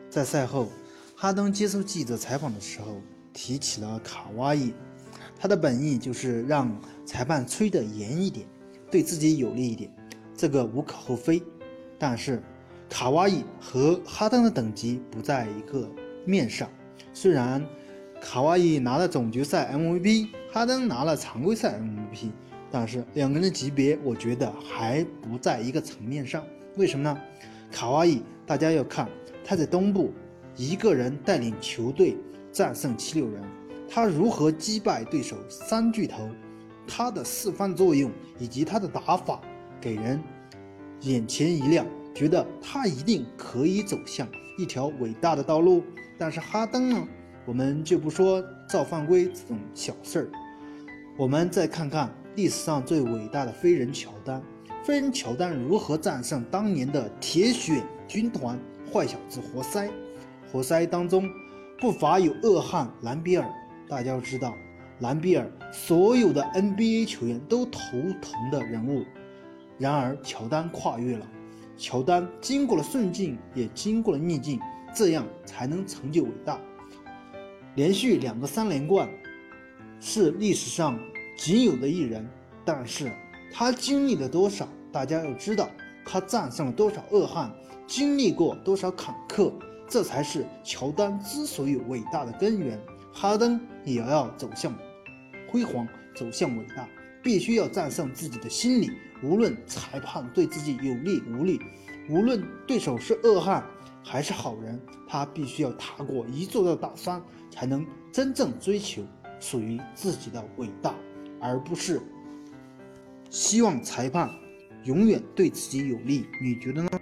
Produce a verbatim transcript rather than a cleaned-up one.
在赛后，哈登接受记者采访的时候提起了卡哇伊，他的本意就是让裁判吹得严一点，对自己有利一点，这个无可厚非。但是卡哇伊和哈登的等级不在一个面上，虽然卡哇伊拿了总决赛 M V P， 哈登拿了常规赛 M V P， 但是两个人的级别我觉得还不在一个层面上。为什么呢？卡哇伊大家要看他在东部一个人带领球队战胜七六人，他如何击败对手三巨头，他的示范作用以及他的打法给人眼前一亮，觉得他一定可以走向一条伟大的道路。但是哈登呢，我们就不说造犯规这种小事儿，我们再看看历史上最伟大的飞人乔丹，飞人乔丹如何战胜当年的铁血军团坏小子活塞。活塞当中不乏有恶汉兰比尔，大家要知道兰比尔所有的 N B A 球员都头疼的人物，然而乔丹跨越了，乔丹经过了顺境也经过了逆境，这样才能成就伟大。连续两个三连冠是历史上仅有的一人，但是他经历了多少，大家要知道他战胜了多少恶汉，经历过多少坎坷，这才是乔丹之所以伟大的根源。哈登也要走向辉煌，走向伟大，必须要战胜自己的心理，无论裁判对自己有利无利，无论对手是恶汉还是好人，他必须要踏过一座座大山，才能真正追求属于自己的伟大，而不是希望裁判永远对自己有利。你觉得呢？